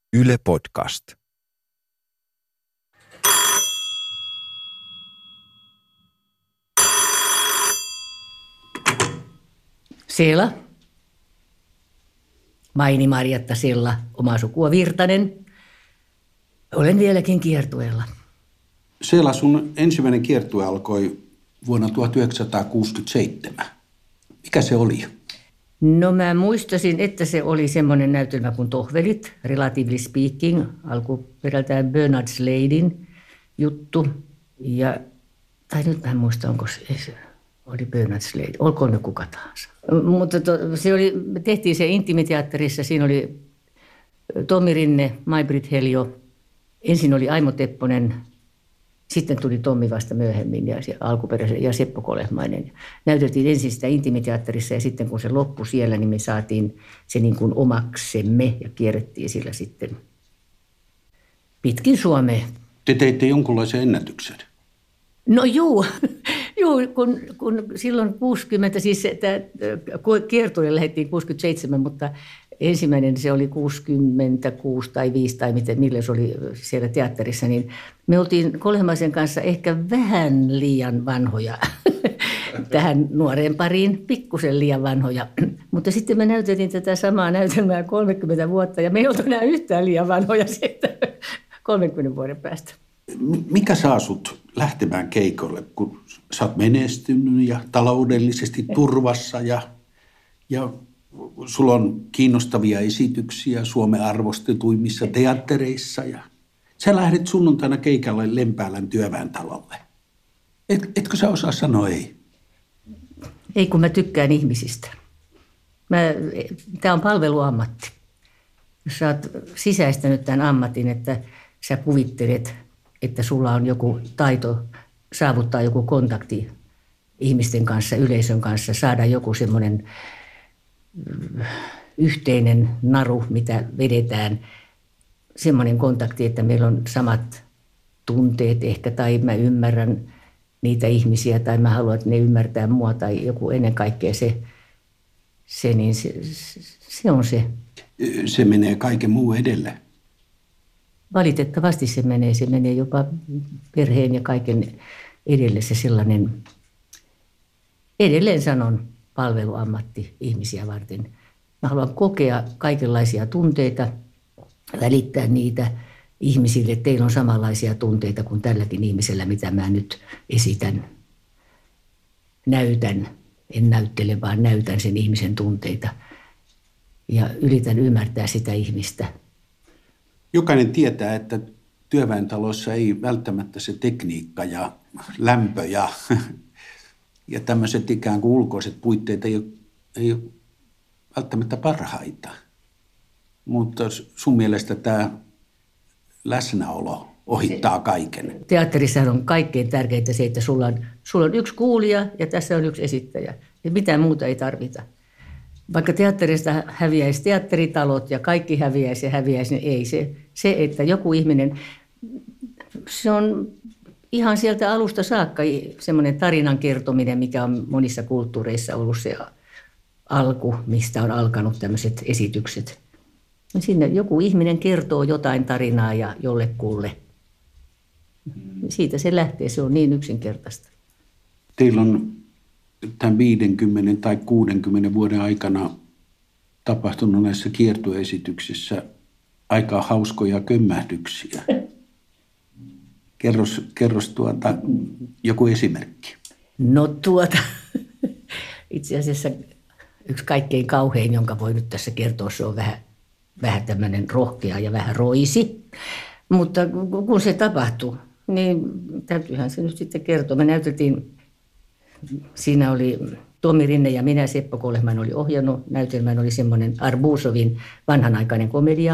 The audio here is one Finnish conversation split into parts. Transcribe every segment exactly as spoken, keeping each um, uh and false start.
Yle Podcast. Sela. Maini Marjatta Sella, omaa sukua Virtanen. Olen vieläkin kiertueella. Sela, sun ensimmäinen kiertue alkoi vuonna tuhatyhdeksänsataakuusikymmentäseitsemän. Mikä se oli? No mä muistasin, että se oli semmoinen näytelmä kuin Tohvelit, Relatively Speaking, alkuperältään Bernard Sladein juttu. Ja, tai nyt mä en muista, onko se, se oli Bernard Slade, olkoon ne kuka tahansa. Mutta to, se oli, me tehtiin se Intimiteatterissa, siinä oli Tommi Rinne, Mai-Britt Heljo, ensin oli Aimo Tepponen, sitten tuli Tommi vasta myöhemmin ja, alkuperäisen, ja Seppo Kolehmainen. Näyteltiin ensin sitä Intimiteatterissa ja sitten kun se loppui siellä, niin me saatiin se niin kuin omaksemme ja kierrettiin sillä sitten pitkin Suomea. Te teitte jonkunlaisen ennätyksen. No juu, juu kun, kun silloin kuusikymmentä, siis tämä kiertue lähdettiin kuusikymmentäseitsemän, mutta ensimmäinen se oli kuusikymmentäkuusi tai viisi tai miten, millä se oli siellä teatterissa, niin me oltiin Kolehmaisen kanssa ehkä vähän liian vanhoja tähän nuoreen pariin, pikkusen liian vanhoja. Mutta sitten me näytettiin tätä samaa näytelmää kolmekymmentä vuotta ja me ei oltu enää yhtään liian vanhoja sitten kolmenkymmenen vuoden päästä. Mikä saa sut lähtemään keikolle, kun sä oot menestynyt ja taloudellisesti turvassa ja, ja sulla on kiinnostavia esityksiä Suomen arvostetuimmissa teattereissa ja sä lähdet sunnuntaina keikalle Lempäälän työväentalolle. Et, etkö sä osaa sanoa ei? Ei, kun mä tykkään ihmisistä. Tämä on palveluammatti. Jos sä oot sisäistänyt tämän ammatin, että sä kuvittelet, että sulla on joku taito saavuttaa joku kontakti ihmisten kanssa, yleisön kanssa, saada joku semmoinen yhteinen naru, mitä vedetään, semmoinen kontakti, että meillä on samat tunteet ehkä, tai mä ymmärrän niitä ihmisiä, tai mä haluan, että ne ymmärtää mua, tai joku ennen kaikkea se, se, niin se, se on se. Se menee kaiken muu edelle. Valitettavasti se menee, se menee jopa perheen ja kaiken edelle se sellainen, edelleen sanon, palveluammatti ihmisiä varten. Mä haluan kokea kaikenlaisia tunteita, välittää niitä ihmisille. Teillä on samanlaisia tunteita kuin tälläkin ihmisellä, mitä mä nyt esitän. Näytän, en näyttele, vaan näytän sen ihmisen tunteita ja yritän ymmärtää sitä ihmistä. Jokainen tietää, että työväentaloissa ei välttämättä se tekniikka ja lämpö ja, ja tämmöiset ikään kuin ulkoiset puitteet ei ole, ei ole välttämättä parhaita. Mutta sun mielestä tämä läsnäolo ohittaa kaiken. Teatterissa on kaikkein tärkeintä se, että sulla on, sulla on yksi kuulija ja tässä on yksi esittäjä. Ja mitään muuta ei tarvita. Vaikka teatterista häviäisi teatteritalot ja kaikki häviäisi ja häviäisi, niin ei se. Se, että joku ihminen, se on ihan sieltä alusta saakka semmoinen tarinan kertominen, mikä on monissa kulttuureissa ollut se alku, mistä on alkanut tämmöiset esitykset. Sinne joku ihminen kertoo jotain tarinaa ja jollekulle. Siitä se lähtee, se on niin yksinkertaista. Teillä on tämän viidenkymmenen tai kuudenkymmenen vuoden aikana tapahtunut näissä kiertueesityksissä aika hauskoja kömmähdyksiä. Kerros, kerros tuota, joku esimerkki. No tuota, itse asiassa yksi kaikkein kauhein, jonka voi nyt tässä kertoa, se on vähän, vähän tämmöinen rohkea ja vähän roisi. Mutta kun se tapahtui, niin täytyyhän se nyt sitten kertoa. Me näyteltiin, siinä oli Tommi Rinne ja minä, Seppo Kolehmainen oli ohjannut. Näytelmän oli semmoinen Arbuzovin vanhanaikainen komedia,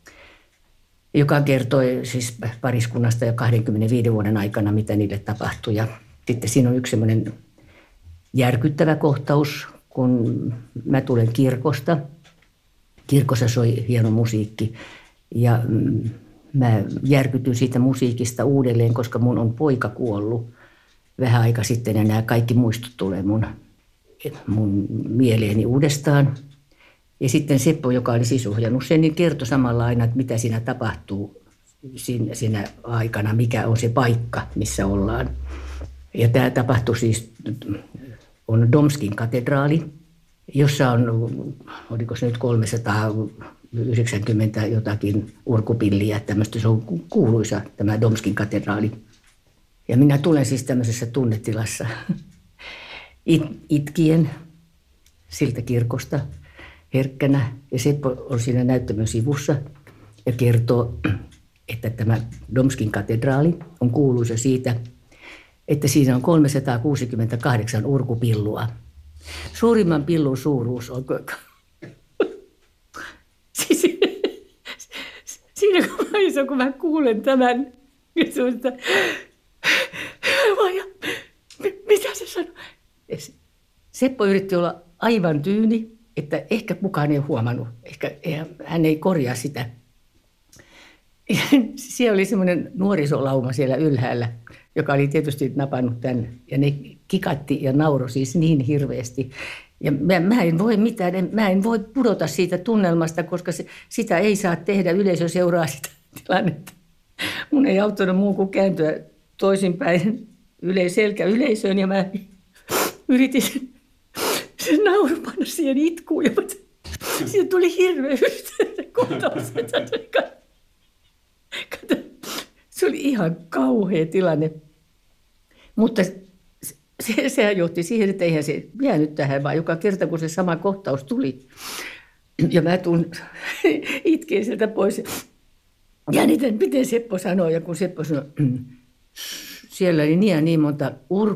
joka kertoi siis pariskunnasta jo kaksikymmentäviisi vuoden aikana, mitä niille tapahtui. Ja sitten siinä on yksi semmoinen järkyttävä kohtaus, kun mä tulen kirkosta. Kirkossa soi hieno musiikki ja mä järkytyn siitä musiikista uudelleen, koska mun on poika kuollut vähän aika sitten ja nämä kaikki muistot tulee mun, mun mieleeni uudestaan. Ja sitten Seppo, joka oli siis ohjannut sen, niin kertoi samalla aina, että mitä siinä tapahtuu siinä, siinä aikana, mikä on se paikka, missä ollaan. Ja tämä tapahtui siis, on Domskin katedraali, jossa on, oliko se nyt kolmesataayhdeksänkymmentä jotakin urkupilliä, tämmöistä, se on kuuluisa tämä Domskin katedraali. Ja minä tulen siis tämmöisessä tunnetilassa it, itkien siltä kirkosta herkkänä. Ja Seppo on siinä näyttämön sivussa ja kertoo, että tämä Domskin katedraali on kuuluisa siitä, että siinä on kolmesataakuusikymmentäkahdeksan urkupillua. Suurimman pillun suuruus on... siis, siinä vaiheessa, kun mä kuulen tämän, niin se on sitä... Mitä se sanoo? Seppo yritti olla aivan tyyni, että ehkä kukaan ei huomannut. Ehkä hän ei korjaa sitä. Siellä oli semmoinen nuorisolauma siellä ylhäällä, joka oli tietysti napannut tämän. Ja ne kikatti ja nauroi siis niin hirveästi. Ja mä, mä en voi mitään, en, mä en voi pudota siitä tunnelmasta, koska se, sitä ei saa tehdä. Yleisö seuraa sitä tilannetta. Mun ei auttanut muu kuin kääntyä toisinpäin yleis- selkä yleisöön. Ja mä yritin sen, sen naurupana siihen itkuun. Ja siitä tuli hirveä yhteyden kohtaus. Kato, se oli ihan kauhea tilanne. Mutta se, sehän johti siihen, että eihän se jäänyt tähän, vaan joka kerta, kun se sama kohtaus tuli. Ja mä tuun itkeen sieltä pois. Ja niitä, miten Seppo sanoi, ja kun Seppo sanoi, siellä oli niin ja niin monta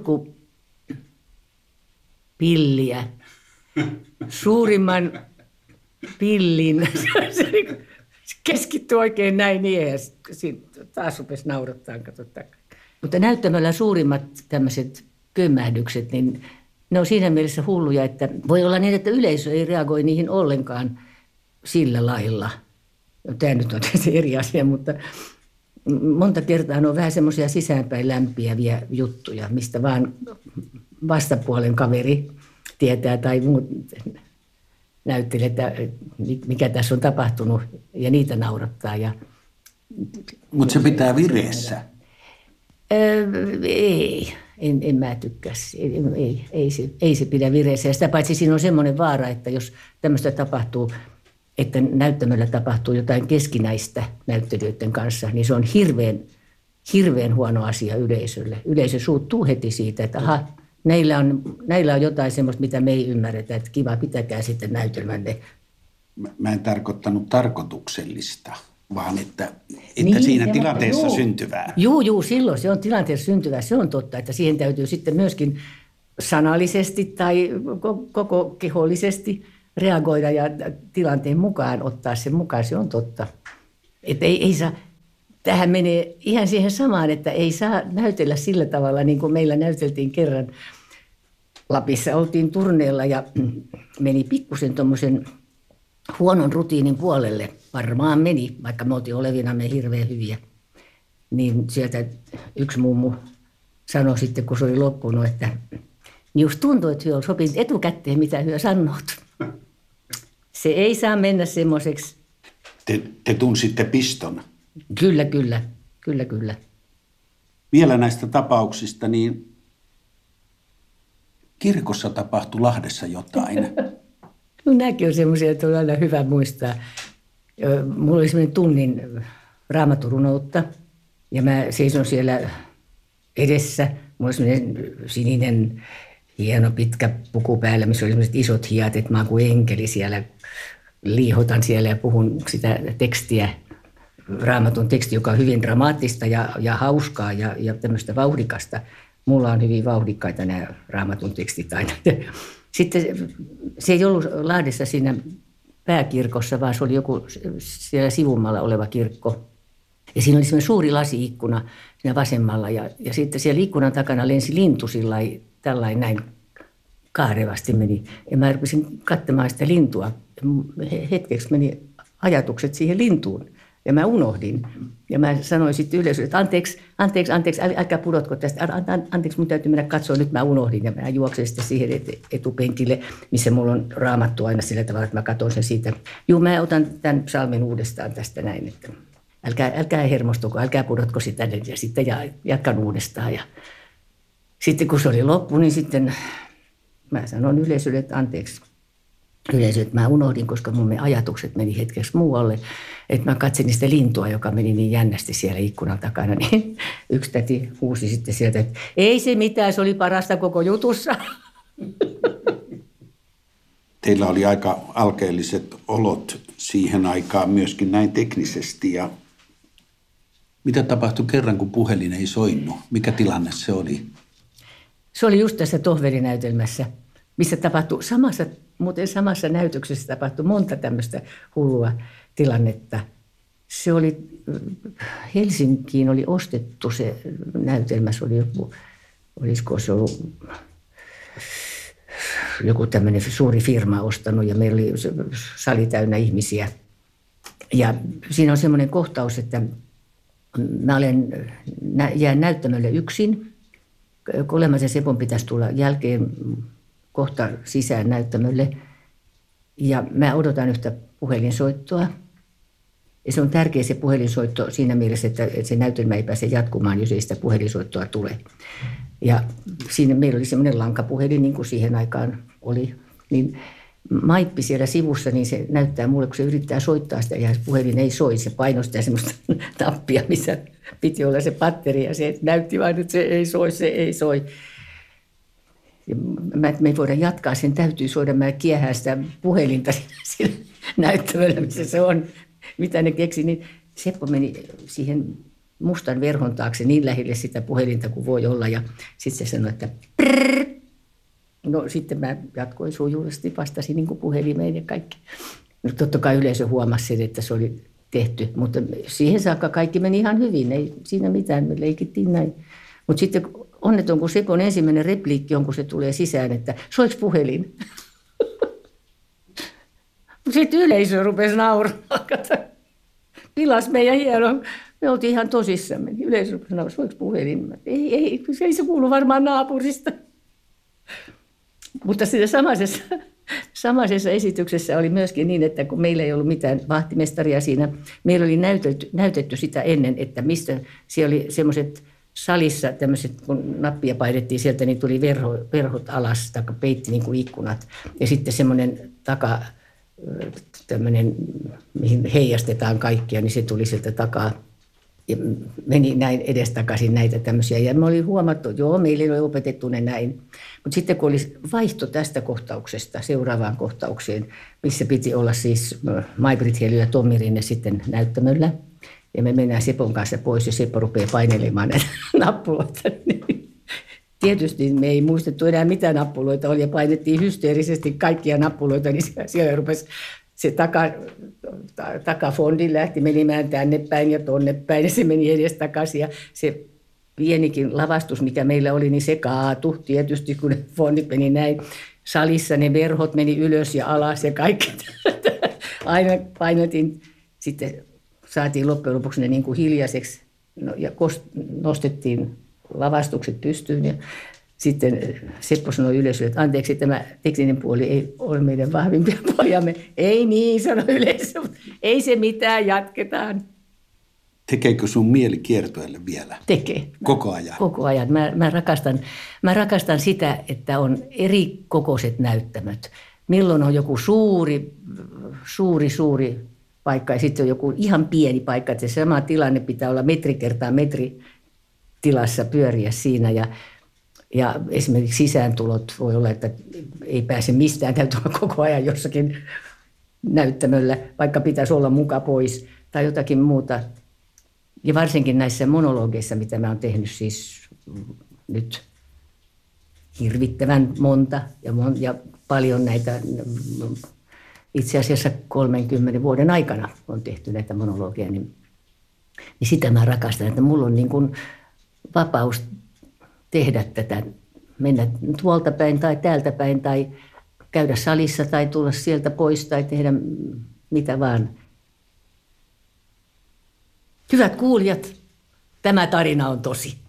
urkupilliä. Suurimman pillin. Se keskittyi oikein näin niin, ja taas rupesi naurattaa. Mutta näyttämällä suurimmat tämmöiset kömmähdykset, niin ne on siinä mielessä hulluja, että voi olla niin, että yleisö ei reagoi niihin ollenkaan sillä lailla. Tämä nyt on tietysti eri asia, mutta monta kertaa on vähän semmoisia sisäänpäin lämpiäviä juttuja, mistä vaan vastapuolen kaveri tietää tai muut näyttelee, että mikä tässä on tapahtunut, ja niitä naurattaa. Ja mutta se pitää vireessä. Öö, ei, en, en mä tykkää. Ei, ei, ei, se, ei se pidä vireessä. Ja sitä paitsi siinä on semmoinen vaara, että jos tämmöistä tapahtuu, että näyttämöllä tapahtuu jotain keskinäistä näyttelijöiden kanssa, niin se on hirveän, hirveän huono asia yleisölle. Yleisö suuttuu heti siitä, että aha, näillä on, näillä on jotain semmoista, mitä me ei ymmärretä, että kiva, pitäkää sitten näytelmänne. Mä en tarkoittanut tarkoituksellista, vaan että, että niin, siinä tilanteessa juu. syntyvää. Joo, joo, silloin se on tilanteessa syntyvää. Se on totta, että siihen täytyy sitten myöskin sanallisesti tai koko kehollisesti reagoida ja tilanteen mukaan ottaa sen mukaan. Se on totta. Että ei, ei saa, tähän menee ihan siihen samaan, että ei saa näytellä sillä tavalla, niin kuin meillä näyteltiin kerran. Lapissa oltiin turneella ja meni pikkusen tuommoisen huonon rutiinin puolelle. Varmaan meni, vaikka me oltiin olevinamme hirveän hyviä. Niin sieltä yksi mummu sanoi sitten, kun se oli loppunut, että just tuntuu, että hyö sopii etukäteen, mitä hyö sanot. Se ei saa mennä semmoiseksi. Te, te tunsitte piston. Kyllä, kyllä, kyllä, kyllä. Vielä näistä tapauksista, niin kirkossa tapahtui Lahdessa jotain. No nämäkin on semmoisia, että on aina hyvä muistaa. Mulla oli semmoinen tunnin raamaturunoutta ja mä seison siellä edessä. Mulla oli semmoinen sininen, hieno pitkä puku päällä, missä oli semmoiset isot hiat, että mä oon kuin enkeli siellä. Liihotan siellä ja puhun sitä tekstiä, raamatun teksti, joka on hyvin dramaattista ja, ja hauskaa ja, ja tämmöistä vauhdikasta. Mulla on hyvin vauhdikkaita nämä raamatun tekstit aina. Sitten se ei ollut Lahdessa siinä pääkirkossa, vaan se oli joku siellä sivummalla oleva kirkko. Ja siinä oli semmoinen suuri lasi-ikkuna siinä vasemmalla. Ja, ja sitten siellä ikkunan takana lensi lintu sillai, tällainen näin kaarevasti meni. Ja mä rupesin katsomaan sitä lintua. Hetkeksi meni ajatukset siihen lintuun. Ja mä unohdin. Ja mä sanoin sitten yleisölle, että anteeksi, anteeksi, anteeksi, äl, älkää pudotko tästä. Anteeksi, mun täytyy mennä katsoa, nyt mä unohdin. Ja mä juoksen sitten siihen etupenkille, missä mulla on raamattu aina sillä tavalla, että mä katson sen siitä. Juu, mä otan tämän psalmin uudestaan tästä näin, että älkää, älkää hermostuko, älkää pudotko sitä. Ja sitten jatkan uudestaan. Ja sitten kun se oli loppu, niin sitten mä sanon yleisölle, että anteeksi. Yleisö, että mä unohdin, koska mun ajatukset meni hetkeksi muualle. Että mä katselin sitä lintua, joka meni niin jännästi siellä ikkunan takana. Niin yksi täti huusi sitten sieltä, että ei se mitään, se oli parasta koko jutussa. Teillä oli aika alkeelliset olot siihen aikaan myöskin näin teknisesti. Ja mitä tapahtui kerran, kun puhelin ei soinut? Mikä tilanne se oli? Se oli just tässä tohverinäytelmässä, missä tapahtui samassa, muuten samassa näytöksessä tapahtui monta tämmöistä hullua tilannetta. Se oli, Helsinkiin oli ostettu se näytelmä, se oli joku, olisiko se ollut joku tämmöinen suuri firma ostanut ja meillä oli sali täynnä ihmisiä. Ja siinä on semmoinen kohtaus, että mä olen, jään näyttämölle yksin. Kolemasen Sepon pitäisi tulla jälkeen kohta sisään näyttämölle. Ja mä odotan yhtä puhelinsoittoa. Ja se on tärkeä se puhelinsoitto siinä mielessä, että se näytelmä ei pääse jatkumaan, jos ei sitä puhelinsoittoa tule. Ja siinä meillä oli semmoinen lankapuhelin, niin kuin siihen aikaan oli. Niin Maippi siellä sivussa, niin se näyttää mulle, kun se yrittää soittaa sitä ja puhelin ei soi. Se painoi sitä semmoista nappia, missä piti olla se batteri ja se näytti vain, että se ei soi, se ei soi. Ja mä, me ei voida jatkaa, sen täytyy soida. Mä kiehään sitä puhelinta siinä näyttämällä, missä se on. Mitä ne keksi, niin Seppo meni siihen mustan verhon taakse niin lähelle sitä puhelinta kuin voi olla. Ja sitten se sanoi, että prrrr. No sitten mä jatkoin sujuvasti, vastasin niin kuin puhelimeen ja kaikki. No totta kai yleisö huomasi sen, että se oli tehty, mutta siihen saakka kaikki meni ihan hyvin. Ei siinä mitään, me leikittiin näin. Mutta sitten onneton, kun Sepon ensimmäinen repliikki on, kun se tulee sisään, että soiks puhelin? Sitten yleisö rupesi nauramaan. Pilas meidän hienon. Me oltiin ihan tosissamme. Yleisö rupesi nauramaan, soiks puhelin? Ei, ei, ei se kuulu varmaan naapurista. Mutta siinä samaisessa, samaisessa esityksessä oli myöskin niin, että kun meillä ei ollut mitään vahtimestaria siinä, meillä oli näytetty, näytetty sitä ennen, että mistä siellä oli semmoiset salissa tämmöiset, kun nappia painettiin sieltä, niin tuli verho, verhot alas, tai peitti niin kuin ikkunat. Ja sitten semmoinen taka, tämmöinen, mihin heijastetaan kaikkia, niin se tuli sieltä takaa. Ja meni näin edestakaisin näitä tämmöisiä. Ja me oli huomattu, että joo, meillä oli opetettu ne näin. Mutta sitten kun oli vaihto tästä kohtauksesta seuraavaan kohtaukseen, missä piti olla siis Mai-Britt Hely ja Tommi Rinne sitten näyttämöllä. Ja me mennään Sepon kanssa pois ja Seppo rupeaa painelemaan näitä nappuloita. Tietysti me ei muistettu enää mitä nappuloita oli ja painettiin hysteerisesti kaikkia nappuloita, niin siellä rupesi se taka, takafondi lähti menemään tänne päin ja tonne päin ja se meni edestakaisin ja se pienikin lavastus, mikä meillä oli, niin se kaatui tietysti, kun ne fondit meni näin. Salissa ne verhot meni ylös ja alas ja kaikki. Aina painotin, sitten saatiin loppujen lopuksi ne niin kuin hiljaiseksi no, ja nostettiin lavastukset pystyyn ja sitten Seppo sanoi yleisölle, että anteeksi, tämä tekninen puoli ei ole meidän vahvimpia puoliamme. Ei niin, sanoi yleisö, ei se mitään, jatketaan. Tekeekö sun mieli kiertueelle vielä? Tekee. Koko ajan? Koko ajan. Mä, mä, rakastan, mä rakastan sitä, että on eri kokoiset näyttämöt. Milloin on joku suuri, suuri, suuri paikka ja sitten on joku ihan pieni paikka. Että se sama tilanne pitää olla metri kertaa metri tilassa pyöriä siinä ja Ja esimerkiksi sisääntulot voi olla, että ei pääse mistään, täytyy olla koko ajan jossakin näyttämöllä, vaikka pitäisi olla muka pois tai jotakin muuta. Ja varsinkin näissä monologeissa, mitä mä oon tehnyt siis nyt hirvittävän monta ja, mon, ja paljon näitä, itse asiassa kolmenkymmenen vuoden aikana on tehty näitä monologeja, niin, niin sitä mä rakastan, että mulla on niin kuin vapaus tehdä tätä, mennä tuolta päin tai täältä päin tai käydä salissa tai tulla sieltä pois tai tehdä mitä vaan. Hyvät kuulijat, tämä tarina on tosi.